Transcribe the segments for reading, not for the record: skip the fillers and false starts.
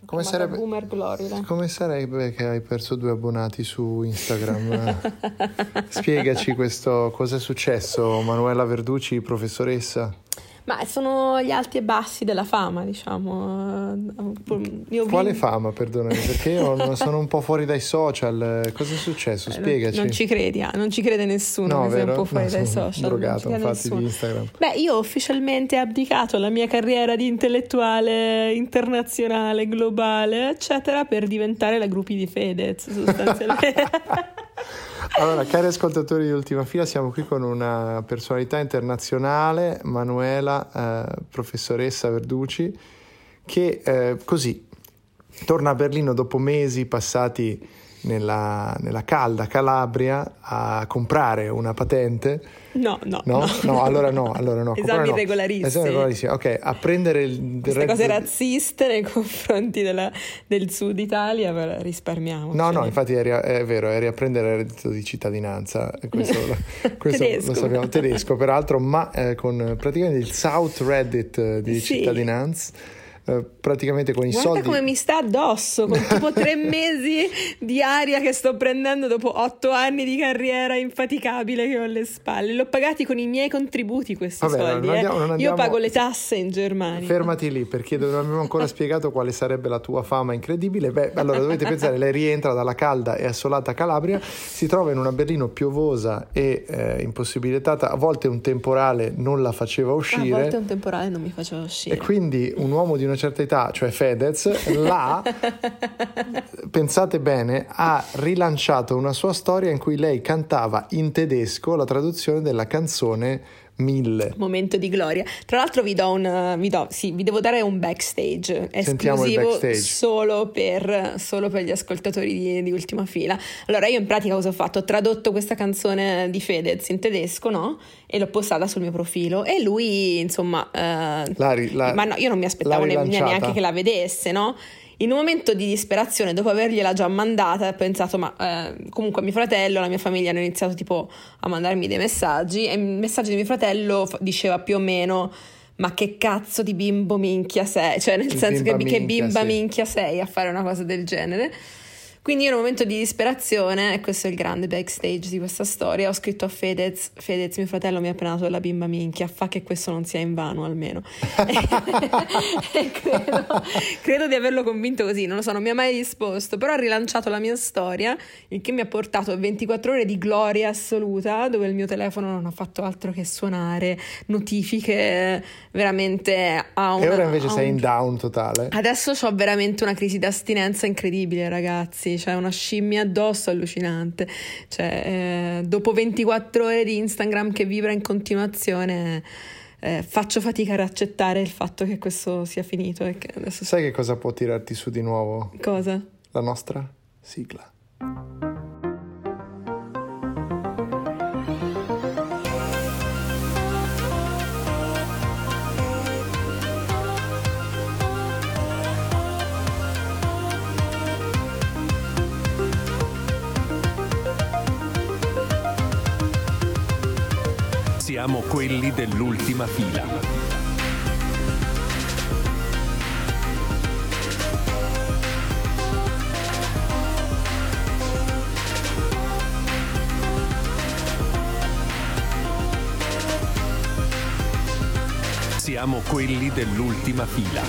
Boomer Gloria. Come sarebbe che hai perso 2 abbonati su Instagram? Spiegaci questo, cosa è successo, Manuela Verducci, professoressa? Ma sono gli alti e bassi della fama, diciamo. Quale fama, perdonami, perché io sono un po' fuori dai social. Cosa è successo? Spiegaci. Non ci crede nessuno, che sei un po' fuori dai social. Drogato, infatti, di Instagram. Beh, io ho ufficialmente abdicato la mia carriera di intellettuale internazionale, globale, eccetera, per diventare la groupie di Fedez, sostanzialmente. Allora, cari ascoltatori di Ultima Fila, siamo qui con una personalità internazionale, Manuela, professoressa Verducci, che così torna a Berlino dopo mesi passati nella calda Calabria a comprare una patente. No. Allora no. Esami regolarissimi. Ok, a prendere il queste cose razziste nei confronti del sud Italia, risparmiamo. No, infatti è vero, eri a prendere il reddito di cittadinanza, questo lo sappiamo, tedesco peraltro, ma con praticamente il South Reddit di Cittadinanz. Praticamente con i soldi. Guarda come mi sta addosso, con tipo 3 mesi di aria che sto prendendo dopo 8 anni di carriera infaticabile che ho alle spalle. L'ho pagati con i miei contributi questi soldi. Non andiamo... Io pago le tasse in Germania. Fermati lì, perché non abbiamo ancora spiegato quale sarebbe la tua fama incredibile. Allora dovete pensare, lei rientra dalla calda e assolata Calabria, si trova in una Berlino piovosa e impossibilitata, a volte un temporale non la faceva uscire. A volte un temporale non mi faceva uscire. E quindi un uomo di una certa età, cioè Fedez, pensate bene, ha rilanciato una sua storia in cui lei cantava in tedesco la traduzione della canzone 1000. Momento di gloria. Tra l'altro vi devo dare un backstage esclusivo solo per gli ascoltatori di Ultima Fila. Allora, io in pratica cosa ho fatto? Ho tradotto questa canzone di Fedez in tedesco, no? E l'ho postata sul mio profilo e lui, insomma, ma no, io non mi aspettavo neanche che la vedesse, no? In un momento di disperazione, dopo avergliela già mandata, ho pensato, comunque mio fratello, la mia famiglia hanno iniziato tipo a mandarmi dei messaggi, e il messaggio di mio fratello diceva più o meno: ma che cazzo di bimbo minchia sei? Cioè, nel senso che bimba minchia sei a fare una cosa del genere. Quindi io in un momento di disperazione, e questo è il grande backstage di questa storia, ho scritto a Fedez, mio fratello mi ha appena dato della bimba minchia, fa che questo non sia invano almeno. E credo di averlo convinto così, non lo so, non mi ha mai risposto, però ha rilanciato la mia storia, il che mi ha portato a 24 ore di gloria assoluta, dove il mio telefono non ha fatto altro che suonare, notifiche veramente e ora invece sei in down totale. Adesso ho veramente una crisi d'astinenza incredibile, ragazzi. C'è una scimmia addosso allucinante, cioè dopo 24 ore di Instagram che vibra in continuazione, faccio fatica ad accettare il fatto che questo sia finito e che adesso... Sai che cosa può tirarti su di nuovo? Cosa? La nostra sigla. Siamo quelli dell'ultima fila. Siamo quelli dell'ultima fila.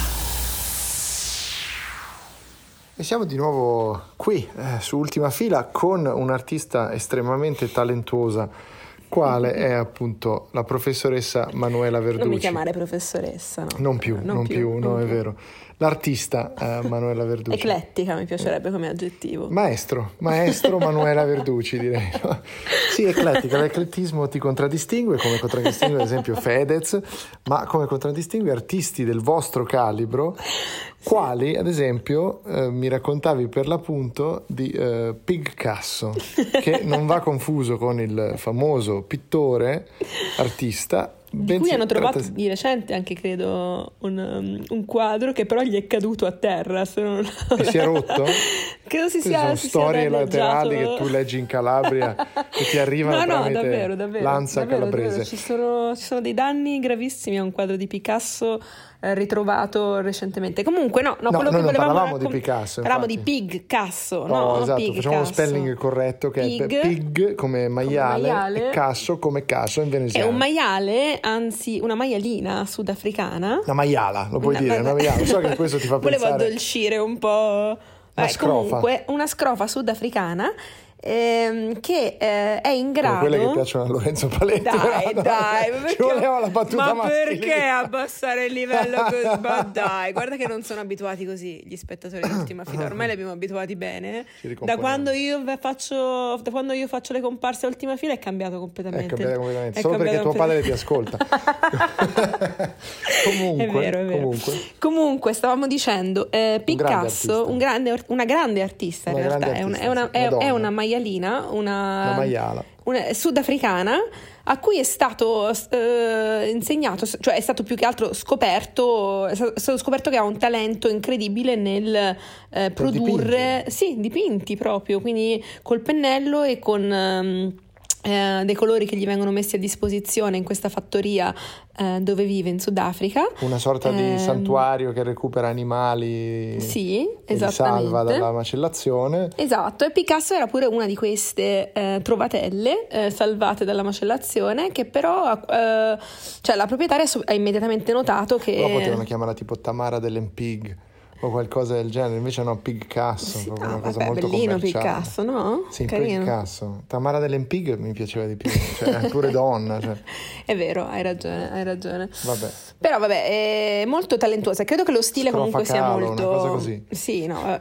E siamo di nuovo qui su Ultima Fila con un'artista estremamente talentuosa, quale è appunto la professoressa Manuela Verducci. Non mi chiamare professoressa, no? Non più, è vero. L'artista Manuela Verducci. Eclettica mi piacerebbe come aggettivo. Maestro Manuela Verducci, direi. No? Sì, eclettica. L'eclettismo ti contraddistingue, come contraddistingue ad esempio Fedez, ma come contraddistingue artisti del vostro calibro, quali ad esempio mi raccontavi per l'appunto di Picasso, che non va confuso con il famoso pittore, artista, di cui hanno trovato di recente anche credo un quadro che però gli è caduto a terra, se non... E si è rotto? Credo sono storie laterali che tu leggi in Calabria che ti arrivano tramite davvero, l'ansa calabrese. Ci sono dei danni gravissimi a un quadro di Picasso ritrovato recentemente. Comunque no, quello che non parlavamo di Picasso. Parlavamo di Picasso, no? Esatto, Pig facciamo lo Casso. spelling corretto, che è pig come maiale, e casso come caso in veneziano. È un maiale, anzi una maialina sudafricana. Una maiala, lo puoi dire, una maiala. So che questo ti fa Volevo pensare. addolcire un po'. Comunque, una scrofa sudafricana che è in grado. Quelle che piacciono a Lorenzo Paletti. Dai, ci voleva la battuta maschile. Perché abbassare il livello così? Ma dai, guarda che non sono abituati così gli spettatori di Ultima Fila, ormai li abbiamo abituati bene. Da quando io faccio le comparse a Ultima Fila è cambiato completamente. Solo perché tuo padre ti ascolta. Comunque stavamo dicendo Picasso, una grande artista in realtà, è una maialina, una maiala sudafricana a cui è stato insegnato, cioè è stato più che altro scoperto che ha un talento incredibile nel produrre dipinti proprio, quindi col pennello e con dei colori che gli vengono messi a disposizione in questa fattoria dove vive in Sudafrica, una sorta di santuario che recupera animali, e li salva dalla macellazione. Esatto, e Picasso era pure una di queste trovatelle salvate dalla macellazione, che però cioè la proprietaria ha immediatamente notato che però potevano chiamarla tipo Tamara dell'Empig o qualcosa del genere, invece no, Picasso, una cosa molto bellino commerciale. Picasso, no? Sì, carino. Picasso. Tamara dell'Empig mi piaceva di più, cioè è pure donna, cioè. È vero, hai ragione. Vabbè. Però è molto talentuosa, credo che lo stile comunque sia molto, una cosa così. Sì, no.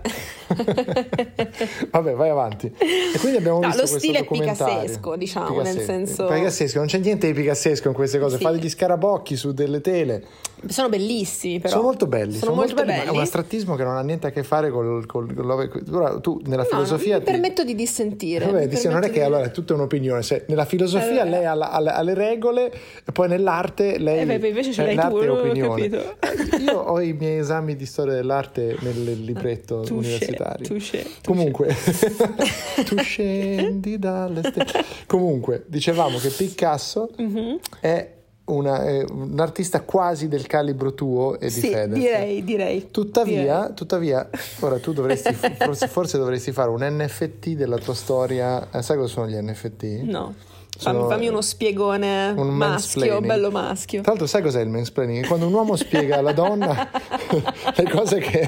Vabbè, vai avanti. E quindi abbiamo visto lo stile documentario. picassesco, diciamo, nel senso picassesco, non c'è niente di picassesco in queste cose, fa degli scarabocchi su delle tele. Sono bellissimi, però. Sono molto belli. Belli. È un astrattismo che non ha niente a che fare con tu nella filosofia. Mi permetto di dissentire. Vabbè, non è che allora è tutta un'opinione. Se nella filosofia lei ha le regole e poi nell'arte lei. Invece ce l'hai tu, l'arte è opinione. Capito? Io ho i miei esami di storia dell'arte nel libretto universitario. Comunque, tu scendi dalle stelle. Comunque, dicevamo che Picasso è un artista quasi del calibro tuo e di Fedez. Direi. Tuttavia, ora tu dovresti forse dovresti fare un NFT della tua storia. Sai cosa sono gli NFT? No. Fammi uno spiegone bello maschio. Tra l'altro, sai cos'è il mansplaining? Quando un uomo spiega alla donna le cose che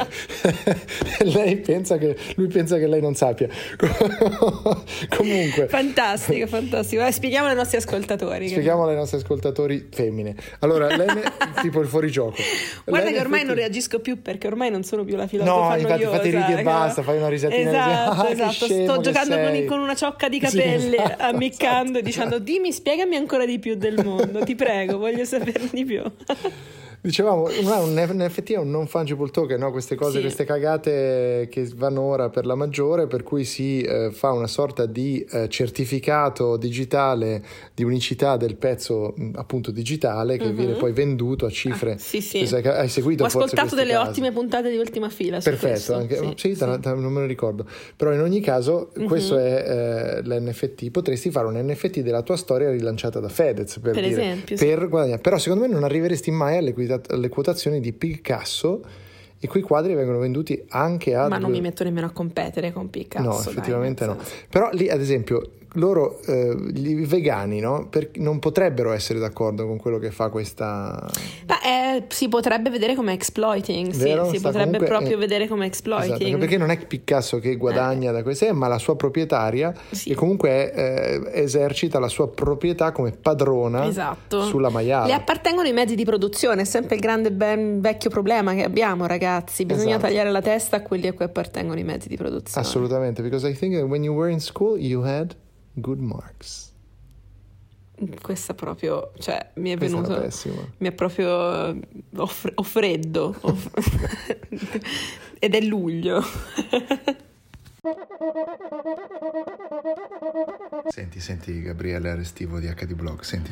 lui pensa che lei non sappia. Comunque. Fantastico. Spieghiamo ai nostri ascoltatori. Femmine. Allora, tipo il fuorigioco. Guarda che ormai non reagisco più, perché ormai non sono più la filosofa noiosa. No, infatti ridi e basta, fai una risatina. Esatto. Sto giocando con una ciocca di capelli, ammiccando e dicendo: dimmi, spiegami ancora di più del mondo, ti prego, voglio saperne di più. Dicevamo, un NFT è un non fungible token, no? Queste cose, queste cagate che vanno ora per la maggiore, per cui si fa una sorta di certificato digitale di unicità del pezzo appunto digitale che viene poi venduto a cifre. Hai seguito? Ho ascoltato delle casi. Ottime puntate di Ultima Fila. Perfetto, anche, non me lo ricordo. Però in ogni caso questo è l'NFT. Potresti fare un NFT della tua storia rilanciata da Fedez, per dire, esempio, per guadagnare. Però secondo me non arriveresti mai alle quotazioni di Picasso, i cui quadri vengono venduti anche a... Ma non mi metto nemmeno a competere con Picasso. No, effettivamente no. Però lì, ad esempio, loro, i vegani, no? Non potrebbero essere d'accordo con quello che fa questa... si potrebbe vedere come exploiting, vero? Si potrebbe proprio vedere come exploiting. Esatto, perché non è Picasso che guadagna da queste, ma la sua proprietaria, che comunque esercita la sua proprietà come padrona sulla maiala. Le appartengono i mezzi di produzione, è sempre il grande ben vecchio problema che abbiamo, ragazzi. Bisogna tagliare la testa a quelli a cui appartengono i mezzi di produzione. Assolutamente, because I think that when you were in school you had good marks. Questa proprio, cioè, mi è venuto, pessima. Mi è proprio ho freddo ed è luglio. Senti Gabriele Arestivo di HD Blog, senti.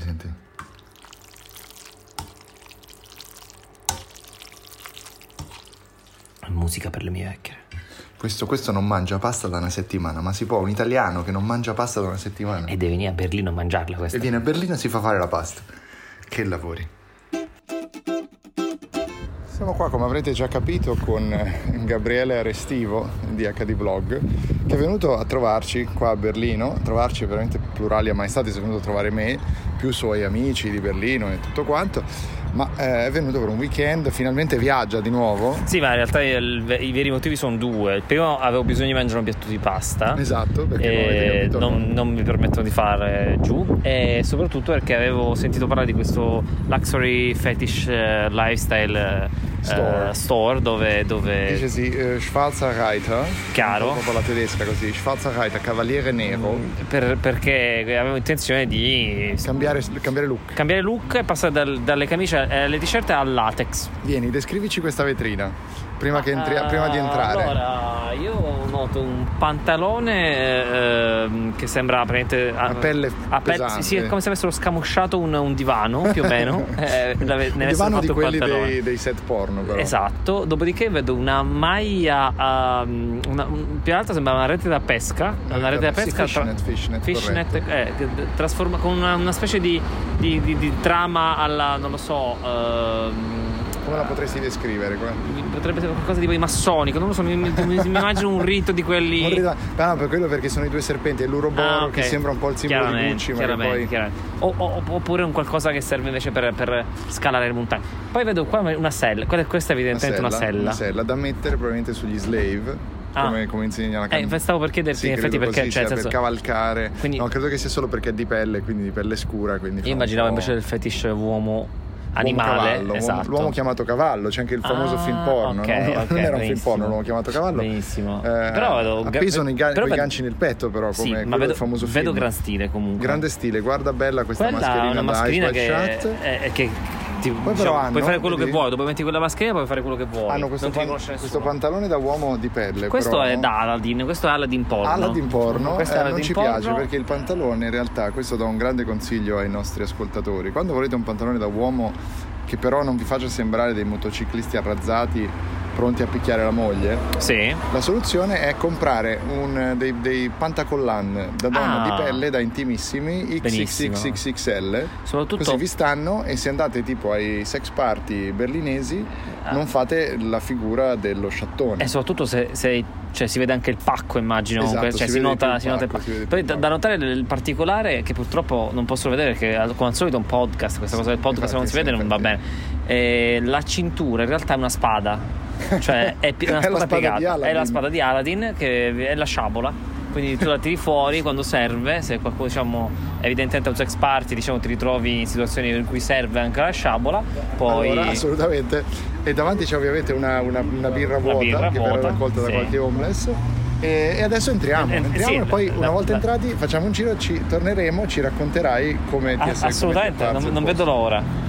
Musica per le mie vecchie. Questo non mangia pasta da una settimana, ma si può, un italiano che non mangia pasta da una settimana? E deve venire a Berlino a mangiarla questa. E viene a Berlino e si fa fare la pasta. Che lavori. Siamo qua, come avrete già capito, con Gabriele Arestivo di HD Blog, che è venuto a trovarci qua a Berlino. Trovarci veramente plurali a maestati, è venuto a trovare me, più suoi amici di Berlino e tutto quanto, ma è venuto per un weekend, finalmente viaggia di nuovo. Sì, ma in realtà i veri motivi sono due. Il primo, avevo bisogno di mangiare un piatto di pasta. Esatto, perché non mi permettono di fare giù, e soprattutto perché avevo sentito parlare di questo luxury fetish lifestyle store dove dice sì, Schwarzer Reiter, chiaro, proprio la tedesca così, Schwarzer Reiter, cavaliere nero, perché avevo intenzione di cambiare look e passare dalle camicie alle t-shirt al latex. Vieni, descrivici questa vetrina prima di entrare. Allora, io noto un pantalone che sembra praticamente a pelle pesante. Sì, è come se avessero scamosciato un divano, più o meno. Un divano di quelli dei set porno, però. Esatto. Dopodiché vedo una maglia, più alta sembra una rete da pesca. Una rete da pesca, fishnet, trasforma con una specie di trama alla, non lo so. Come la potresti descrivere? Potrebbe essere qualcosa di massonico, non lo so, mi immagino un rito di quelli. No, per quello, perché sono i due serpenti e l'Uroboro, che sembra un po' il simbolo di Gucci, ma poi oppure un qualcosa che serve invece per scalare le montagne. Poi vedo qua una sella, questa è evidentemente una sella da mettere probabilmente sugli slave. Come insegna la canzone. Stavo per chiederti, in effetti, perché così, per cavalcare. Quindi, no, credo che sia solo perché è di pelle, quindi di pelle scura. Io immaginavo invece il fetish uomo animale, cavallo, esatto. L'uomo chiamato cavallo, c'è anche il famoso film porno, okay, non era un film porno, l'uomo chiamato cavallo. Benissimo. Però appeso i ganci nel petto, però, come ma il famoso film. Vedo gran stile comunque. Grande stile, guarda bella questa mascherina, una mascherina che poi però puoi fare quello che vuoi, dopo metti quella mascherina puoi fare quello che vuoi. Hanno questo pantalone da uomo di pelle. Questo però, è da Aladdin, questo è Aladdin porno. Aladdin porno, non ci porno. piace, perché il pantalone, in realtà, questo do un grande consiglio ai nostri ascoltatori: quando volete un pantalone da uomo che però non vi faccia sembrare dei motociclisti arrazzati pronti a picchiare la moglie, sì, la soluzione è comprare dei pantacollan da donna di pelle, da intimissimi, XXXXL. Soprattutto così vi stanno, e se andate tipo ai sex party berlinesi non fate la figura dello sciattone. E soprattutto se si vede anche il pacco, immagino. Esatto, si nota il pacco. Poi da notare il particolare, che purtroppo non posso vedere, che come al solito è un podcast, questa cosa del podcast non si vede, non va bene. La cintura in realtà è una spada, cioè è una spada piegata, è la spada di Aladdin, che è la sciabola, quindi tu la tiri fuori quando serve. Se qualcuno, diciamo, evidentemente è un sex party, diciamo, ti ritrovi in situazioni in cui serve anche la sciabola, poi allora, assolutamente. E davanti c'è ovviamente una birra vuota che verrà raccolta da qualche homeless. E adesso entriamo e poi una volta entrati facciamo un giro, ci torneremo, ci racconterai come ti è sempre. Assolutamente, non vedo l'ora.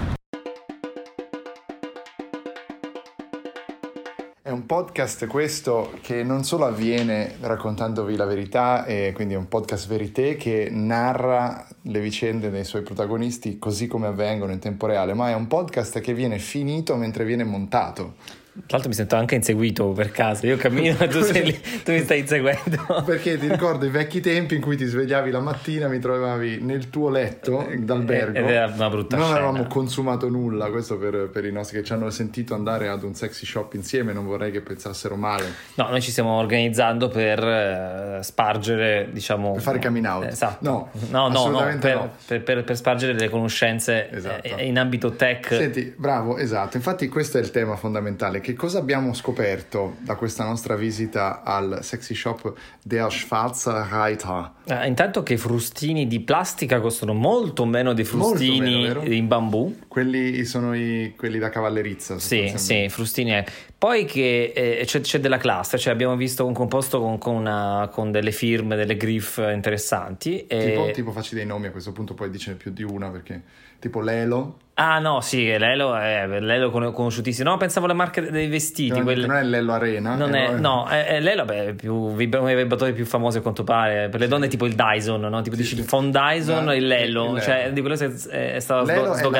È un podcast questo che non solo avviene raccontandovi la verità, e quindi è un podcast verité che narra le vicende dei suoi protagonisti così come avvengono in tempo reale, ma è un podcast che viene finito mentre viene montato. Tra l'altro mi sento anche inseguito per caso, io cammino e tu mi stai inseguendo. Perché ti ricordo i vecchi tempi in cui ti svegliavi la mattina, mi trovavi nel tuo letto d'albergo, ed era una brutta non scena. avevamo consumato nulla, questo per i nostri che ci hanno sentito andare ad un sexy shop insieme, non vorrei che pensassero male. No, noi ci stiamo organizzando per spargere, diciamo, per fare coming out. Esatto. Per spargere le conoscenze, esatto, in ambito tech. Senti, bravo, esatto, infatti questo è il tema fondamentale. Che cosa abbiamo scoperto da questa nostra visita al sexy shop der Schwarzer Reiter? Intanto che i frustini di plastica costano molto meno dei frustini in bambù. Quelli sono quelli da cavallerizza. Sì, frustini. Poi che c'è della classe, cioè abbiamo visto un composto con delle firme, delle griffe interessanti. Tipo facci dei nomi a questo punto, poi dice più di una, perché tipo Lelo. Ah no, sì, Lelo conosciutissimo. No, pensavo alle marche dei vestiti. Non è Lelo Arena. È Lelo, uno dei vibratori più famosi a quanto pare. Per le donne tipo il Dyson, no? Tipo dici Von Dyson e il Lelo. Cioè di quello è stata sdoganata.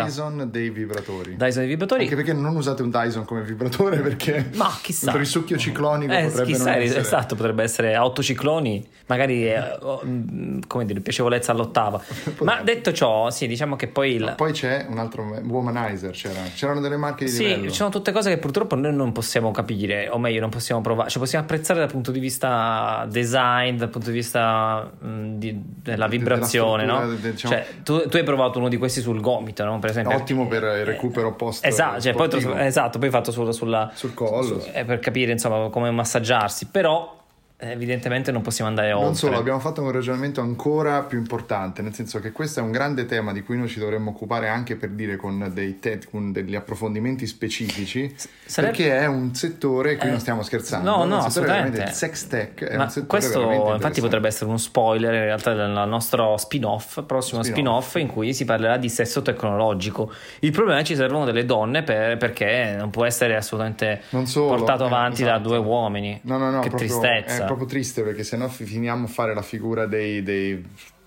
Dyson dei vibratori. Dyson dei vibratori. Anche perché non usate un Dyson come vibratore, perché ma chissà, il risucchio ciclonico potrebbe non essere. Esatto, potrebbe essere a 8 cicloni, magari come dire, piacevolezza all'8ª. Ma detto ciò, sì, diciamo che poi poi c'è un altro Womanizer, c'erano delle marche di livello. Ci sono tutte cose che purtroppo noi non possiamo capire, o meglio non possiamo provare, cioè possiamo apprezzare dal punto di vista design, dal punto di vista della vibrazione, no? Diciamo, cioè tu hai provato uno di questi sul gomito, no? Per esempio, ottimo per il recupero post esatto, cioè, poi hai fatto sul collo per capire insomma come massaggiarsi, però evidentemente non possiamo andare oltre. Non solo, abbiamo fatto un ragionamento ancora più importante, nel senso che questo è un grande tema di cui noi ci dovremmo occupare, anche per dire con degli approfondimenti specifici, perché è un settore, qui non stiamo scherzando, no, assolutamente. Il sex tech è ma un settore questo infatti potrebbe essere uno spoiler in realtà del nostro prossimo spin-off in cui si parlerà di sesso tecnologico. Il problema è che ci servono delle donne perché non può essere assolutamente portato avanti da due uomini. No, che tristezza. È proprio triste, perché sennò finiamo a fare la figura dei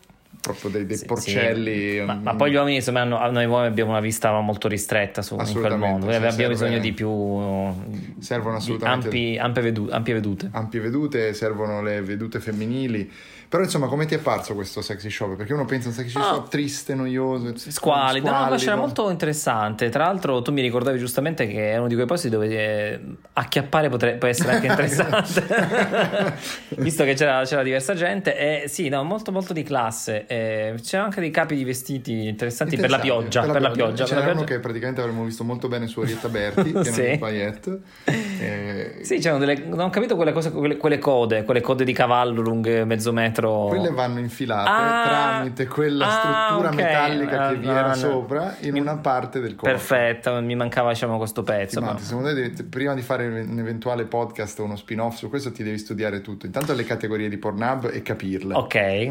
porcelli. Sì. Ma poi gli uomini, insomma, noi uomini abbiamo una vista molto ristretta in quel mondo. Abbiamo bisogno di più. Servono assolutamente ampie vedute. Servono le vedute femminili. Però insomma, come ti è parso questo sexy shop? Perché uno pensa a un sexy shop triste, noioso, squalido. No, ma c'era molto interessante. Tra l'altro tu mi ricordavi giustamente che è uno di quei posti dove acchiappare può essere anche interessante. Visto che c'era diversa gente. Sì, no, molto molto di classe. C'erano anche dei capi di vestiti interessanti per la pioggia. C'era uno che praticamente avremmo visto molto bene su Orietta Berti, pieno di paillette. Sì, c'erano non ho capito quelle code di cavallo lunghe mezzo metro. Quelle vanno infilate tramite quella struttura metallica che vi era sopra in una parte del corpo. Perfetto, mi mancava questo pezzo. Secondo me, prima di fare un eventuale podcast o uno spin-off su questo, ti devi studiare tutto. Intanto le categorie di Pornhub e capirle. Ok.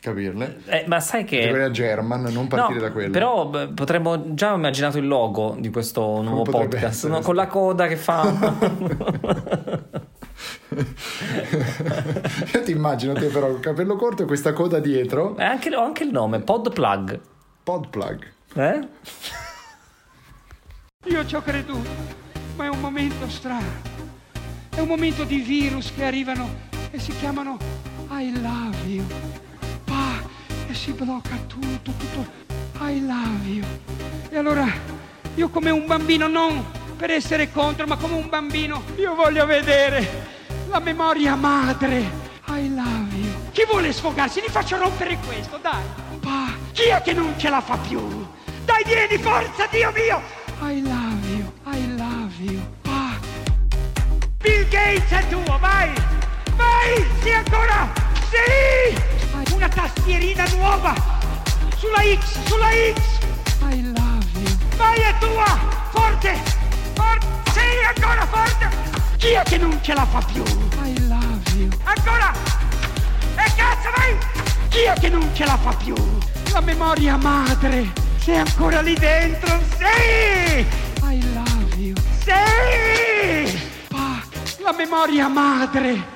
Ma sai che categoria German, non partire da quello. Però potremmo già immaginato il logo di questo nuovo podcast, con la coda che fa. Io ti immagino te però con capello corto e questa coda dietro. Ho anche il nome, Podplug. Io ci ho creduto, ma è un momento strano. È un momento di virus che arrivano e si chiamano I love you. E si blocca tutto I love you. E allora io, come un bambino, non per essere contro, ma come un bambino, io voglio vedere la memoria madre. I love you. Chi vuole sfogarsi? Gli faccio rompere questo, dai. Chi è che non ce la fa più? Dai, vieni, forza, Dio mio. I love you. Bill Gates è tuo, vai, sì ancora, sì. Una tastierina nuova sulla X. I love you. Vai, è tua, forte, sì, ancora forte. Chi è che non ce la fa più? I love you. Ancora! E cazzo, vai! Chi è che non ce la fa più? La memoria madre! Sei ancora lì dentro? Sì! I love you. Sì! La memoria madre!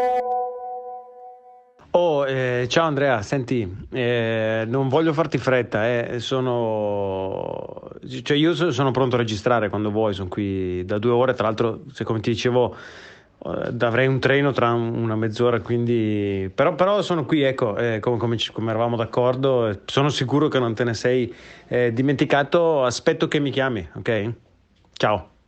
Ciao Andrea, senti, non voglio farti fretta, io sono pronto a registrare quando vuoi, sono qui da 2 ore, tra l'altro, se come ti dicevo avrei un treno tra una mezz'ora, quindi però sono qui, ecco, come eravamo d'accordo, sono sicuro che non te ne sei dimenticato, aspetto che mi chiami, ok? Ciao.